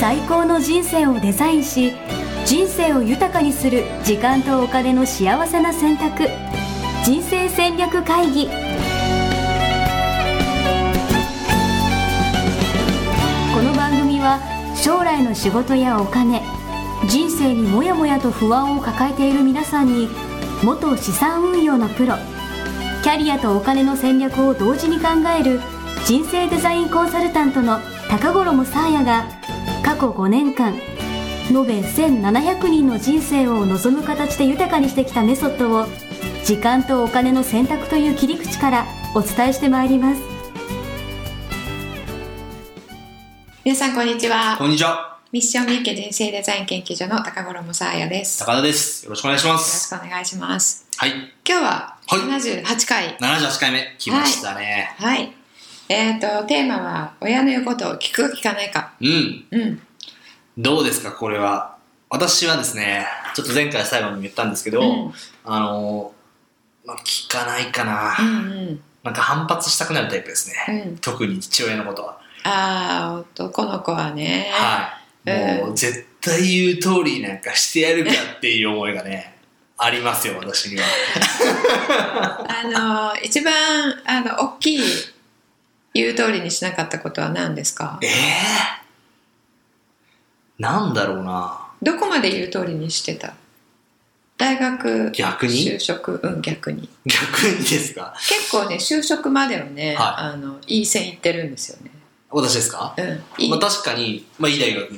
最高の人生をデザインし、人生を豊かにする時間とお金の幸せな選択、人生戦略会議。この番組は将来の仕事やお金、人生にもやもやと不安を抱えている皆さんに、元資産運用のプロ、キャリアとお金の戦略を同時に考える人生デザインコンサルタントの高頃もさあやが、過去5年間延べ1700人の人生を望む形で豊かにしてきたメソッドを、時間とお金の選択という切り口からお伝えしてまいります。 皆さんこんにちは。 こんにちは。 ミッションミッケ人生デザイン研究所の高頃もさあやです。 高田です。よろしくお願いします。 よろしくお願いします。 はい。 今日は78回。 78回目来ましたね。 はい。テーマは親の言うことを聞く聞かないか。 どうですかこれは。私はですね、ちょっと前回最後に言ったんですけど、聞かないかな。なんか反発したくなるタイプですね。特に父親のことは。 男の子はね。 はい。もう絶対言う通りなんかしてやるかっていう思いがね、ありますよ、私には。 一番大きい言う通りにしなかったことは何ですか？ なんだろうな。 どこまで言う通りにしてた？大学逆に就職、逆にですか？ 結構ね、就職まではね、いい線いってるんですよね。 私ですか？確かに、いい大学行って、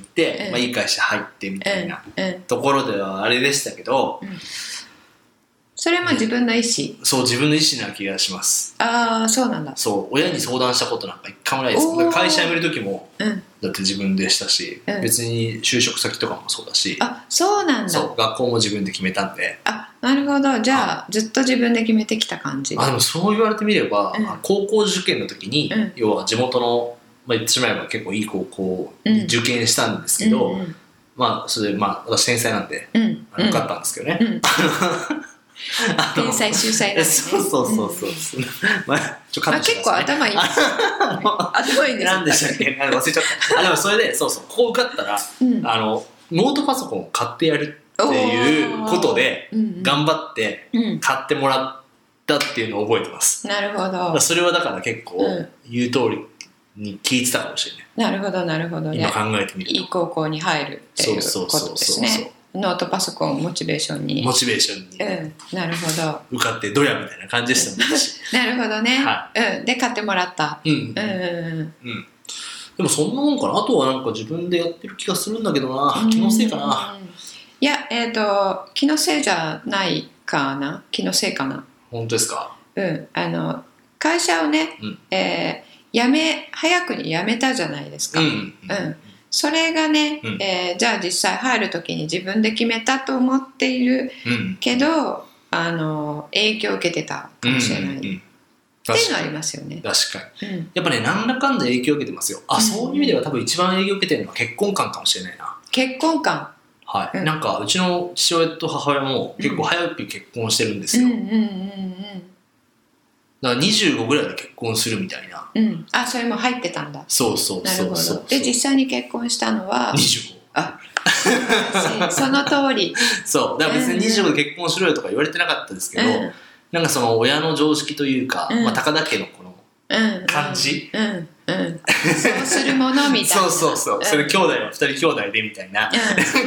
いい会社入ってみたいなところではあれでしたけど、 それも自分の意思、 そう、自分の意思な気がします。 そうなんだ。 そう、親に相談したことなんか一回もないです。会社辞める時も、だって自分でしたし、別に就職先とかもそうだし、 そうなんだ。 そう、学校も自分で決めたんで。 なるほど。じゃあずっと自分で決めてきた感じ。 でもそう言われてみれば、高校受験の時に、要は地元の、言ってしまえば結構いい高校に受験したんですけど、それで私天才なんで、受かったんですけどね。 天才秀才なんですね。 そう結構頭いい。頭いいんですよ。 何でしたっけ？忘れちゃった。でもそれでここ受かったらノートパソコンを買ってやるっていうことで頑張って買ってもらったっていうのを覚えてます。 なるほど。 それはだから結構言う通りに聞いてたかもしれない。 なるほどなるほどね。 今考えてみるといい高校に入るっていうことですね。ノートパソコンをモチベーションに。なるほど。 受かってどやみたいな感じでしたもんね。 なるほどね。で買ってもらった。 でもそんなもんかな。あとはなんか自分でやってる気がするんだけどな。気のせいかな。 いや、気のせいじゃないかな。気のせいかな。 本当ですか？ 会社をね、早くに辞めたじゃないですか。それがね、じゃあ実際入る時に自分で決めたと思っているけど、影響を受けてたかもしれない、っていうのはありますよね。 確かに、やっぱね、なんだかんだ影響を受けてますよ。そういう意味では多分一番影響を受けてるのは結婚観かもしれないな。 結婚観。 はい、なんかうちの父親と母親も結構早く結婚してるんですよ。だから25ぐらいで結婚するみたいな。 それも入ってたんだ。 そう。 なるほど。で実際に結婚したのは 25。 その通り。 そう。だから別に25で結婚しろよとか言われてなかったですけど、なんかその親の常識というか、高田家のこの感じ。 そうするものみたいな。 そう。それ兄弟は2人兄弟でみたいな。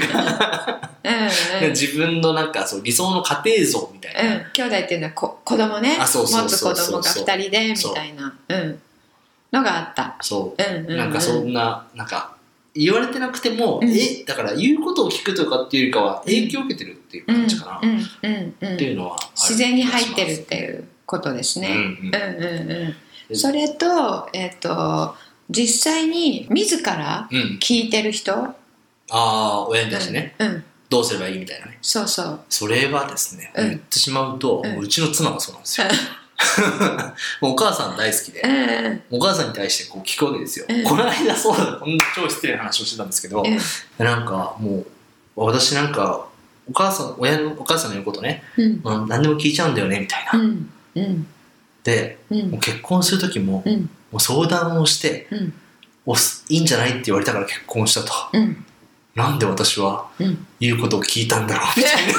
自分のなんかそう理想の家庭像みたいな。 兄弟っていうのは子供ね。持つ子供が2人でみたいなのがあった。そう。 なんかそんななんか言われてなくても、だから言うことを聞くとかっていうよりかは影響を受けてるっていう感じかな。っていうのは自然に入ってるっていうことですね。それと実際に自ら聞いてる人、 親に対してね、どうすればいいみたいなね。 そう。 それはですね、言ってしまうと、うちの妻がそうなんですよ。もうお母さん大好きで、お母さんに対してこう聞くわけですよ。この間そうだ、こんな超失礼な話をしてたんですけど、なんかもう私なんかお母さんの言うことね、何でも聞いちゃうんだよねみたいな。で、もう結婚する時も、もう相談をして、 いいんじゃないって言われたから結婚したと、なんで私は言うことを聞いたんだろうみたい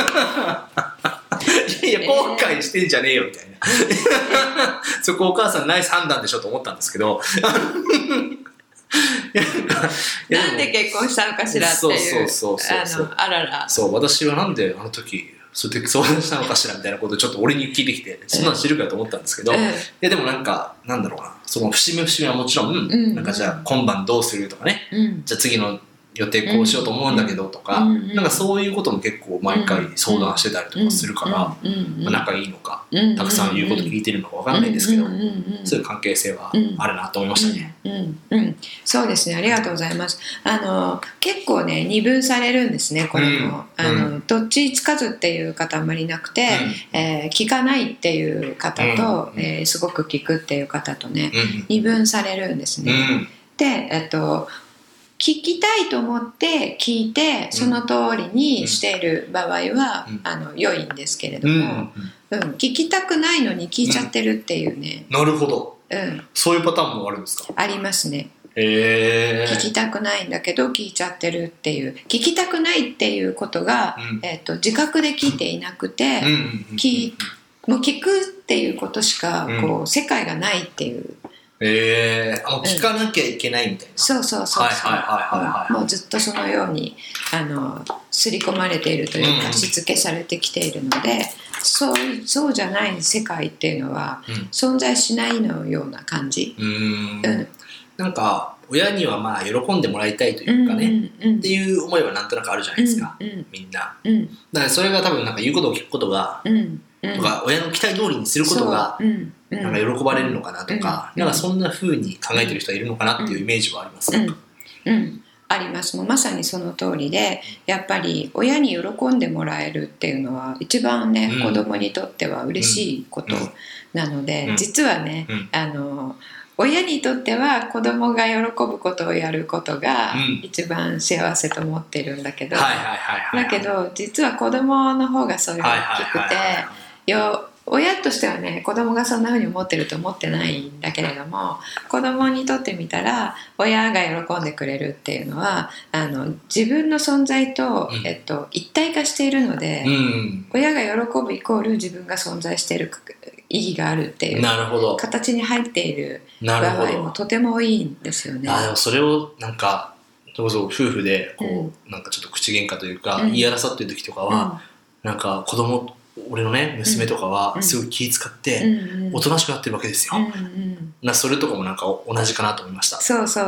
ないや後悔してんじゃねえよみたいなそこお母さんナイス判断でしょと思ったんですけどなんで結婚したのかしらっていうあららそう私はなんであの時そうやって相談したのかしらみたいなことをちょっと俺に聞いてきてそんなの知るかと思ったんですけど、いやでもなんかなんだろうな、その節目節目はもちろん、なんかじゃあ今晩どうするとかね、じゃあ次の予定こうしようと思うんだけどとか、なんかそういうことも結構毎回相談してたりとかするから、まあ、仲いいのか、たくさん言うこと聞いてるのか分かんないですけど、そういう関係性はあるなと思いましたね。 そうですね、ありがとうございます。結構ね二分されるんですねこれも、どっちつかずっていう方あんまりなくて、聞かないっていう方と、すごく聞くっていう方とね、二分されるんですね。で聞きたいと思って聞いてその通りにしている場合は、良いんですけれども、聞きたくないのに聞いちゃってるっていうね、 なるほど、そういうパターンもあるんですか？ ありますね。 聞きたくないんだけど聞いちゃってるっていう、聞きたくないっていうことが、自覚で聞いていなくて、もう聞くっていうことしかこう、世界がないっていう、 聞かなきゃいけないみたいな、 そうもうずっとそのように刷り込まれているというか、しつけされてきているので、そうじゃない世界っていうのは存在しないのような感じ。 なんか親にはまあ喜んでもらいたいというかね、っていう思いはなんとなくあるじゃないですか、みんな。だからそれが多分なんか言うことを聞くことが、とか親の期待通りにすることがなんか喜ばれるのかなとか、なんかそんな風に考えてる人はいるのかなっていうイメージはあります。 あります。もうまさにその通りで、やっぱり親に喜んでもらえるっていうのは一番ね、子供にとっては嬉しいことなので、実はね、親にとっては子供が喜ぶことをやることが一番幸せと思ってるんだけど、だけど実は子供の方がそれが大きくて、親としてはね、子供がそんな風に思ってると思ってないんだけれども、子供にとってみたら親が喜んでくれるっていうのは自分の存在と、一体化しているので、親が喜ぶイコール自分が存在している意義があるっていう形に入っている場合もとても多いんですよね。 でもそれをなんかどうぞ夫婦でこう、なんかちょっと口喧嘩というか、言い争ってる時とかは、なんか子供、俺のね娘とかはすごい気遣っておとなしくなってるわけですよ。それとかもなんか同じかなと思いました。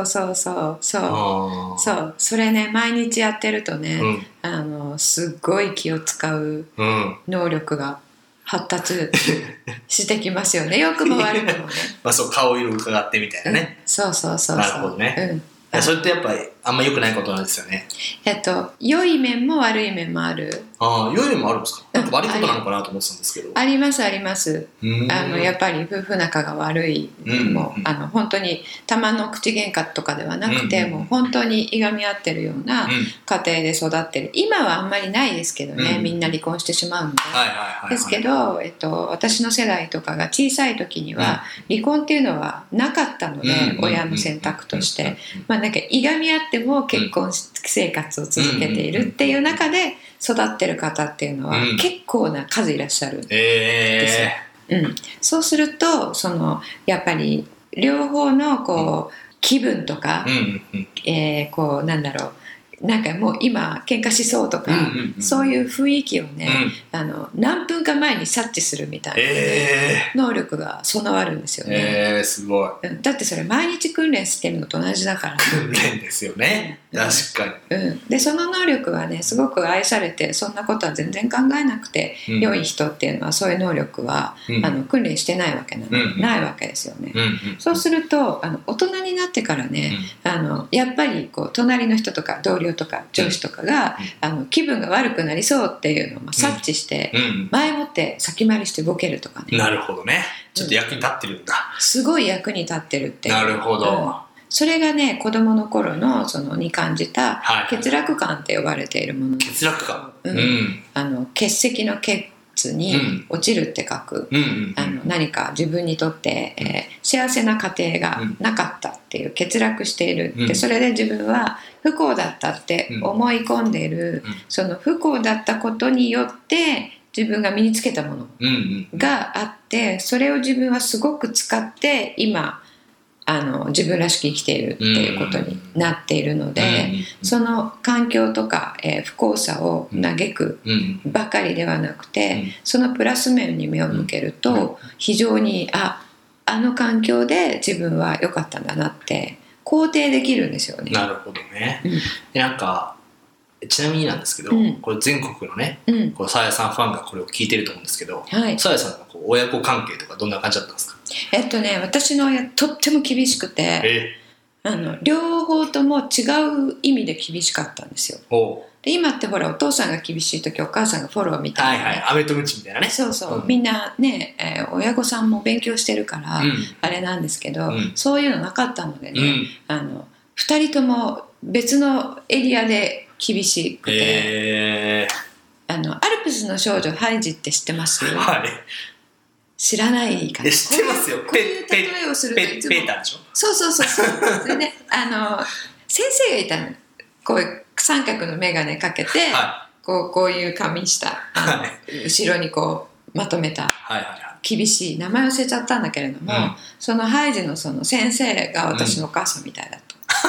それね、毎日やってるとね、すっごい気を使う能力が発達してきますよね。良くも悪くもね。 そう顔色を伺ってみたいなね。なるほどね。それってやっぱりあんま良くないことなんですよね。 良い面も悪い面もある。 良い面もあるんですか？なんか悪いことなのかなと思ってたんですけど。 ありますあります。やっぱり夫婦仲が悪いも本当にたまの口喧嘩とかではなくて、もう本当にいがみ合ってるような家庭で育ってる。今はあんまりないですけどね、みんな離婚してしまうので。ですけど、私の世代とかが小さい時には離婚っていうのはなかったので、親の選択として、なんかいがみ合っても結婚生活を続けているっていう中で育ってる方っていうのは結構な数いらっしゃるんですよ。そうするとやっぱり両方のこう気分とか、こうなんだろう、なんかもう今喧嘩しそうとか、そういう雰囲気をね、何分か前に察知するみたいな、能力が備わるんですよね。 すごい。 だってそれ毎日訓練してるのと同じだから。 訓練ですよね。確かに。 でその能力はね、すごく愛されて、そんなことは全然考えなくて良い人っていうのは、そういう能力は訓練してないわけないわけですよね。そうすると大人になってからね、やっぱりこう隣の人とか同僚とか上司とかが、気分が悪くなりそうっていうのを察知して、前もって先回りしてボケるとかね。 なるほどね。ちょっと役に立ってるんだ。 すごい役に立ってるっていう。 なるほど。 それがね、子供の頃のに感じた欠落感って呼ばれているもの。 欠落感。 欠席の欠に落ちるって書く。何か自分にとって、幸せな家庭がなかった。 っていう欠落しているって、それで自分は不幸だったって思い込んでいる、その不幸だったことによって自分が身につけたものがあって、それを自分はすごく使って今自分らしく生きているっていうことになっているので、その環境とか、不幸さを嘆くばかりではなくて、そのプラス面に目を向けると、非常にあの環境で自分は良かったんだなって肯定できるんですよね。 なるほどね。でなんかちなみになんですけど、これ全国のね、こうさやさんファンがこれを聞いてると思うんですけど、さやさんのこう親子関係とかどんな感じだったんですか？ 私の親とっても厳しくて、両方とも違う意味で厳しかったんですよ。で今ってほらお父さんが厳しい時お母さんがフォローみたいな、 アメとムチみたいなね。 そうそう、みんなね、親御さんも勉強してるから、あれなんですけど、そういうのなかったのでね、2人とも別のエリアで厳しくて、アルプスの少女ハイジって知ってます？知らないかな。 知ってますよ。 こういう例えをするといつもペーターでしょ。 そうそれで先生がいたの。こういう三角の眼鏡かけて、こういう髪した後ろにこうまとめた厳しい名前忘れちゃったんだけれども、そのハイジのその先生が私のお母さんみたいだ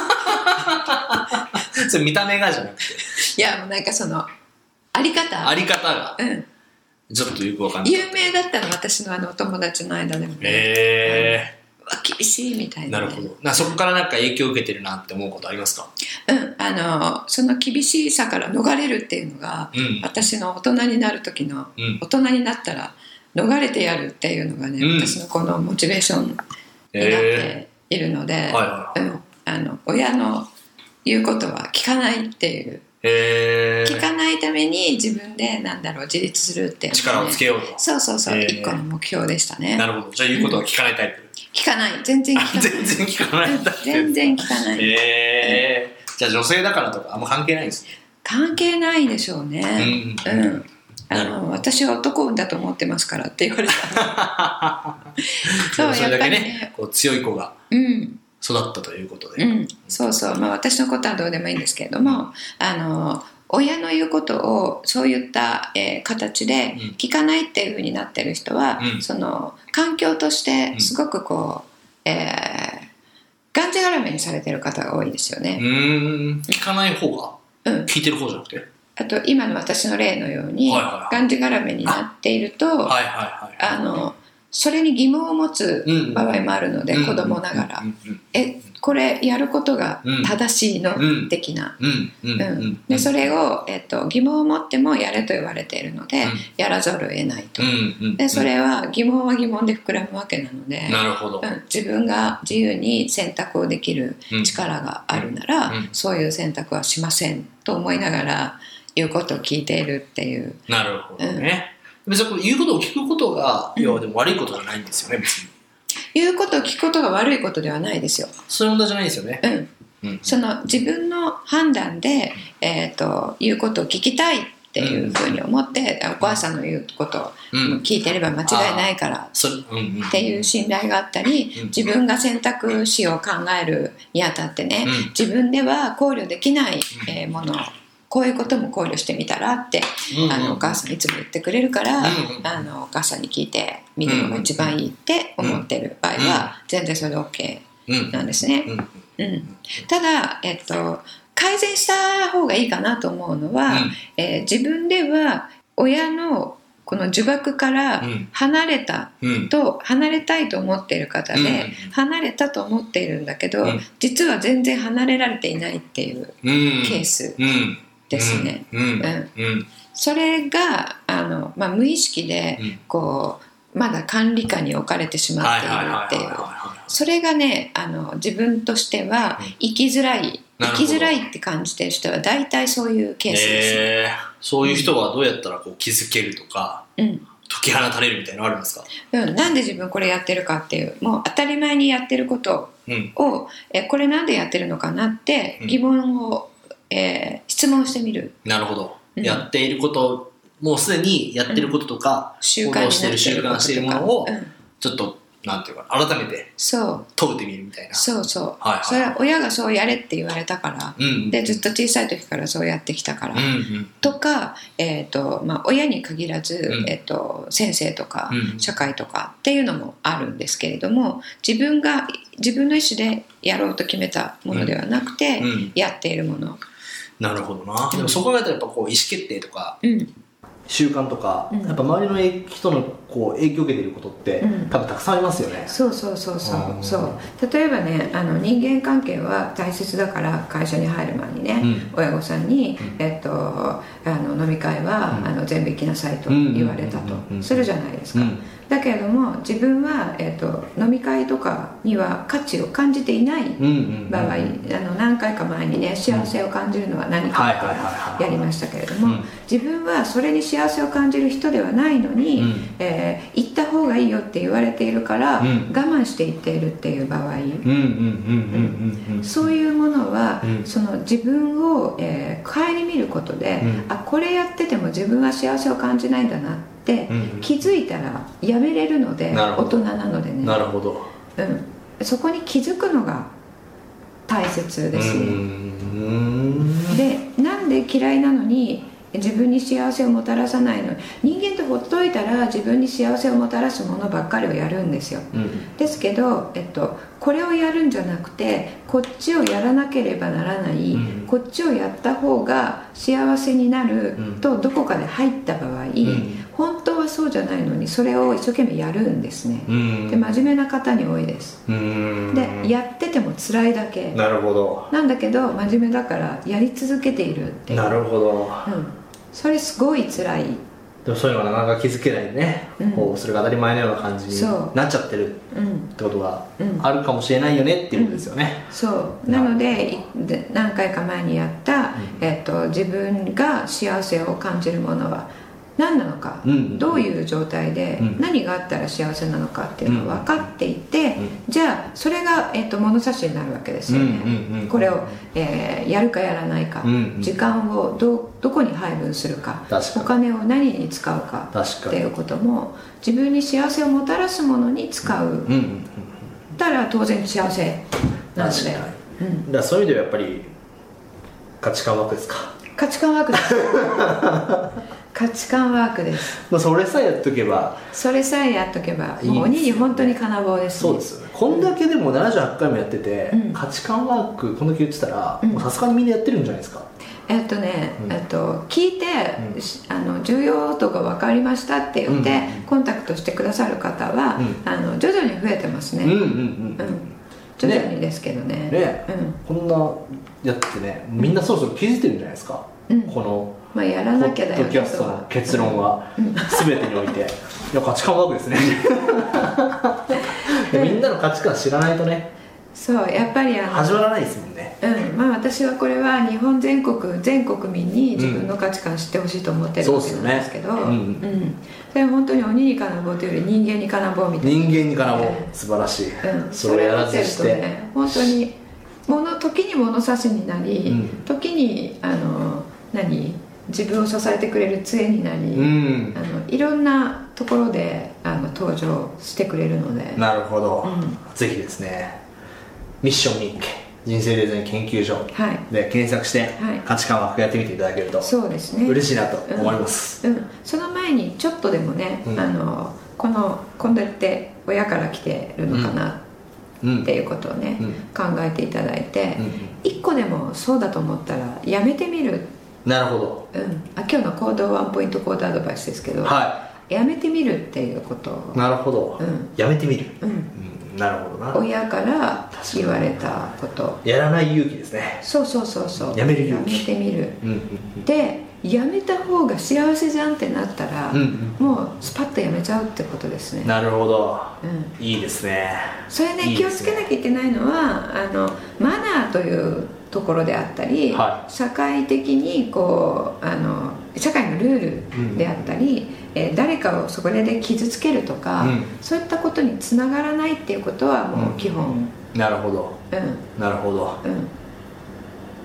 と。それ見た目がじゃなくて。 いやもうなんかそのあり方が。ちょっとよくわかんない。 有名だったの私のお友達の間でもね。厳しいみたいな、 なるほど。そこからなんか影響を受けてるなって思うことありますか？ その厳しさから逃れるっていうのが、私の大人になる時の、大人になったら逃れてやるっていうのがね、私のこのモチベーションになっているので、親の言うことは聞かないっていう、聞かないために自分で自立するっていう、 力をつけようと。 そう一個の目標でしたね。 なるほど。じゃあ言うことは聞かないタイプ？ 聞かない、全然聞かない。 全然聞かないタイプ。 全然聞かない。 じゃあ女性だからとかあんま関係ないんですね。 関係ないでしょうね。私は男だと思ってますからって言われた。 そうそれだけね、こう強い子が育ったということで。 そうそう、私のことはどうでもいいんですけれども、親の言うことをそういった、形で聞かないっていう風になってる人は、その環境としてすごくこう、がんじがらめにされてる方が多いですよね。 聞かない方が、聞いてる方じゃなくて、 あと今の私の例のように、がんじがらめになっていると、それに疑問を持つ場合もあるので、子供ながら、これやることが正しいの、的な、でそれを、疑問を持ってもやれと言われているので、やらざるを得ないと、でそれは疑問は疑問で膨らむわけなので、 なるほど、 自分が自由に選択をできる力があるなら、そういう選択はしませんと思いながら言うことを聞いているっていう。 なるほどね。別に言うことを聞くことが要はでも悪いことじゃないんですよね、別に。 言うことを聞くことが悪いことではないですよ。 そういう問題じゃないですよね。 その自分の判断で、言うことを聞きたいっていうふうに思って、お母さんの言うことを聞いてれば間違いないからっていう信頼があったり、自分が選択肢を考えるにあたってね、自分では考慮できない、もの、こういうことも考慮してみたらって、お母さんいつも言ってくれるから、お母さんに聞いてみるのが一番いいって思ってる場合は、全然それで OK なんですね。ただ、改善した方がいいかなと思うのは、自分では親のこの呪縛から離れたと、離れたいと思っている方で、離れたと思っているんだけど、実は全然離れられていないっていうケースですね。それが無意識でこうまだ管理下に置かれてしまっているっていう、それがね、自分としては生きづらいって感じてる人は大体そういうケースです。 そういう人はどうやったらこう気づけるとか、解き放たれるみたいなのあるんですか？ なんで自分これやってるかっていう、もう当たり前にやってることを、これなんでやってるのかなって疑問を、質問してみる。 なるほど、やっていることもうすでにやってることとか、 習慣しているものをちょっとなんていうか改めて問うてみるみたいな。 そうそう、はいはい、それは親がそうやれって言われたから、でずっと小さい時からそうやってきたから、とか、親に限らず、先生とか、社会とかっていうのもあるんですけれども、自分の意思でやろうと決めたものではなくて、やっているもの。 なるほどな。でもそこがやっぱこう意思決定とか、習慣とか、やっぱ周りの人のこう影響を受けていることって、多分たくさんありますよね。 そう例えばね、人間関係は大切だから、会社に入る前にね、親御さんに、飲み会は、全部行きなさいと言われたとするじゃないですか。だけれども自分は、飲み会とかには価値を感じていない場合、何回か前にね、幸せを感じるのは何かってやりましたけれども、自分はそれに幸せを感じる人ではないのに、行った方がいいよって言われているから、我慢して行っているっていう場合、そういうものは、その自分を、顧みることで、これやってても自分は幸せを感じないんだなって気づいたらやめれるので、大人なのでね。 なるほど、 そこに気づくのが大切ですね。で、なんで嫌いなのに自分に幸せをもたらさないの？人間ってほっといたら自分に幸せをもたらすものばっかりをやるんですよ、ですけど、これをやるんじゃなくて、こっちをやらなければならない、こっちをやった方が幸せになるとどこかで入った場合、本当はそうじゃないのにそれを一生懸命やるんですね。で、真面目な方に多いです。で、やってても辛いだけ。 なるほど。 なんだけど真面目だからやり続けているっていう。 なるほど、 それすごい辛い。 でもそういうのがなかなか気づけないでね、こうそれが当たり前のような感じになっちゃってるってことがあるかもしれないよねっていうことですよね。 そうなので、何回か前にやった、自分が幸せを感じるものは何なのか、どういう状態で、何があったら幸せなのかっていうのが分かっていて、じゃあそれが、物差しになるわけですよね。これを、やるかやらないか、時間をどこに配分するか、お金を何に使うかっていうことも自分に幸せをもたらすものに使う、だから当然幸せなので、だからそういう意味ではやっぱり価値観ワークですか。 価値観ワークです価値観ワークです。 それさえやっとけば、 もう鬼に本当に金棒ですね。 そうですよね。こんだけでも78回もやってて、価値観ワークこんだけ言ってたら、さすがにみんなやってるんじゃないですか。 聞いて、重要度が分かりましたって言って、コンタクトしてくださる方は、徐々に増えてますね。徐々にですけどね。 こんなやってね、みんなそろそろ気づいてるんじゃないですか。このやらなきゃだよね。 ポッドキャストの結論は全てにおいて、いや価値観ワークですねみんなの価値観知らないとね、 そうやっぱり始まらないですもんね。 私はこれは日本全国民に自分の価値観知ってほしいと思ってるわけなんですけど、それは本当に鬼に金棒というより人間に金棒みたいな。 人間に金棒、素晴らしい。それをやらずにして、 本当に時に物差しになり、時に自分を支えてくれる杖になり、いろんなところで登場してくれるので。 なるほど、ぜひですね、ミッションミッケ人生デザイン研究所で検索して、価値観ワークやってみていただけると、そうですね、嬉しいなと思います。 その前にちょっとでもね、今度って親から来てるのかなっていうことをね、考えていただいて、一個でもそうだと思ったらやめてみる。 なるほど。 今日の行動ワンポイント行動アドバイスですけど、やめてみるっていうことを。 なるほど、やめてみる。なるほどな。 親から言われたこと、 やらない勇気ですね。 そうやめる勇気、やめてみる、でやめた方が幸せじゃんってなったら、もうスパッとやめちゃうってことですね。 なるほど、いいですね。 それね、気をつけなきゃいけないのはマナーというところであったり、社会的に社会のルールであったり、誰かをそこで傷つけるとか、そういったことにつながらないっていうことはもう基本。 なるほど、なるほど、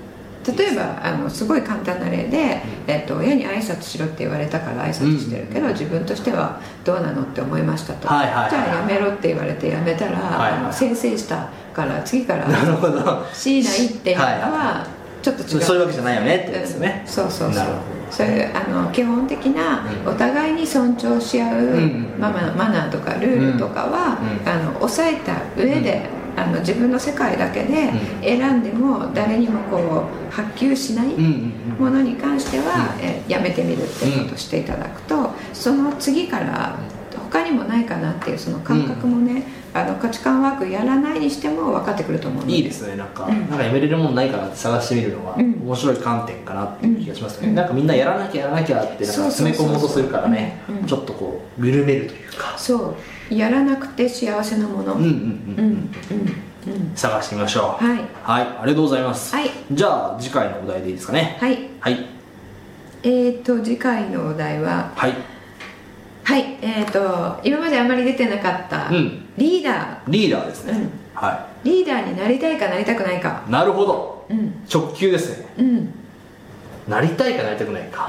例えばすごい簡単な例で、親に挨拶しろって言われたから挨拶してるけど、自分としてはどうなのって思いましたと、じゃあやめろって言われてやめたら、先生したから次からしないっていうのはちょっと違う、 そういうわけじゃないよねって言うんですよね。 そうそうそう、そういう基本的なお互いに尊重し合うマナーとかルールとかは抑えた上で、自分の世界だけで選んでも誰にもこう波及しないものに関してはやめてみるっていうことをしていただくと、その次から他にもないかなっていうその感覚もね、価値観ワークやらないにしても分かってくると思うので、 いいですね。なんかやめれるものないかなって探してみるのは面白い観点かなっていう気がしますね。なんかみんなやらなきゃってなんか詰め込もうとするからね、ちょっとこう緩めるというか、 そうやらなくて幸せなもの探してみましょう。はい、ありがとうございます。じゃあ次回のお題でいいですかね。 次回のお題は今まであまり出てなかったリーダーですね。 リーダーになりたいかなりたくないか。 なるほど、直球ですね。なりたいかなりたくないか、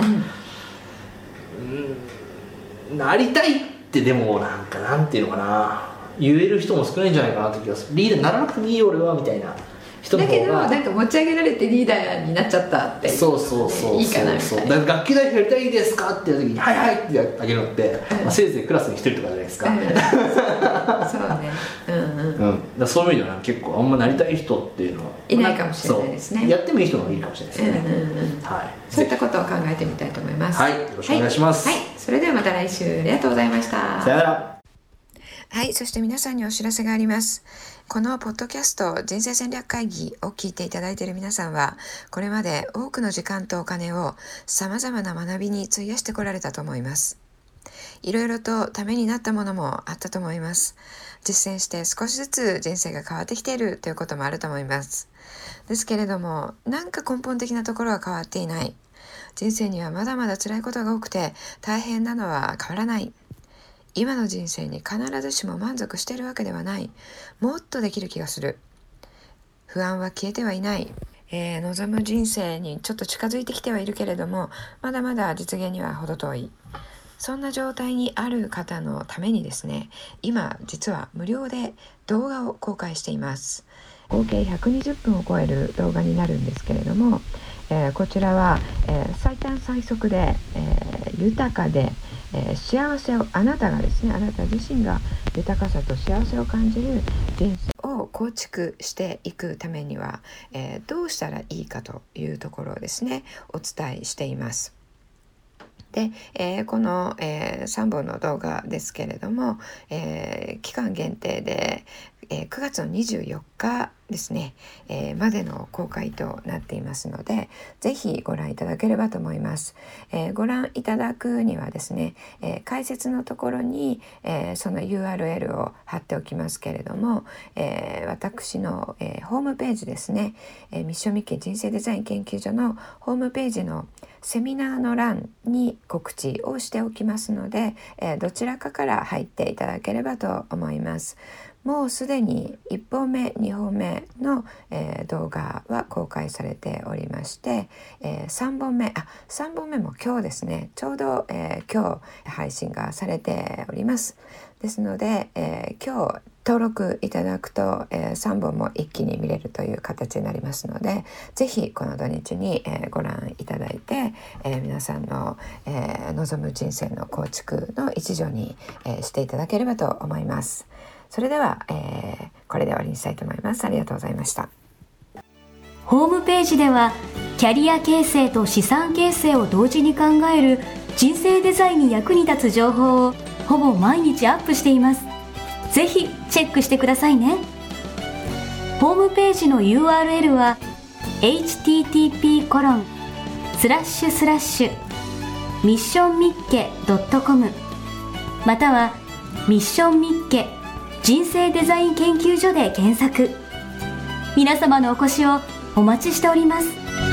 なりたいってでもなんていうのかな、言える人も少ないんじゃないかなって気がする。リーダーにならなくてもいいよ俺はみたいな人の方が、 だけど持ち上げられてリーダーになっちゃったっていいかなみたいな。 だから学級代表やりたいですかって言った時にはいはいってあげるのって、せいぜいクラスに1人とかじゃないですか。 そうね、 だそういう意味では結構あんまなりたい人っていうのはいないかもしれないですね。 やってもいい人もいいかもしれないですね。 そういったことを考えてみたいと思います。 よろしくお願いします。 それではまた来週、ありがとうございました。 さよなら。 そして皆さんにお知らせがあります。このポッドキャスト人生戦略会議を聞いていただいている皆さんは、これまで多くの時間とお金を様々な学びに費やしてこられたと思います。いろいろとためになったものもあったと思います。実践して少しずつ人生が変わってきているということもあると思います。ですけれども、なんか根本的なところは変わっていない。人生にはまだまだ辛いことが多くて大変なのは変わらない。今の人生に必ずしも満足しているわけではない。もっとできる気がする。不安は消えてはいない。望む人生にちょっと近づいてきてはいるけれども、まだまだ実現には程遠い。そんな状態にある方のためにですね、今実は無料で動画を公開しています。合計120分を超える動画になるんですけれども、こちらは、最短最速で、豊かで幸せをあなた自身が豊かさと幸せを感じる人生を構築していくためには、どうしたらいいかというところをですねお伝えしています。で、この、3本の動画ですけれども、期間限定で、9月の24日ですね、までの公開となっていますので、ぜひご覧いただければと思います。ご覧いただくにはですね、解説のところに、その URL を貼っておきますけれども、私の、ホームページですね、ミッションミッケ人生デザイン研究所のホームページのセミナーの欄に告知をしておきますので、どちらかから入っていただければと思います。もうすでに1本目2本目の、動画は公開されておりまして、3本目も今日ですね、ちょうど、今日配信がされております。ですので、今日登録いただくと、3本も一気に見れるという形になりますので、ぜひこの土日に、ご覧いただいて、皆さんの、望む人生の構築の一助に、していただければと思います。それでは、これで終わりにしたいと思います。ありがとうございました。 ホームページではキャリア形成と資産形成を同時に考える人生デザインに役に立つ情報をほぼ毎日アップしています。ぜひチェックしてくださいね。ホームページの URL は http://missionmikke.com またはミッションミッケ人生デザイン研究所で検索。皆様のお越しをお待ちしております。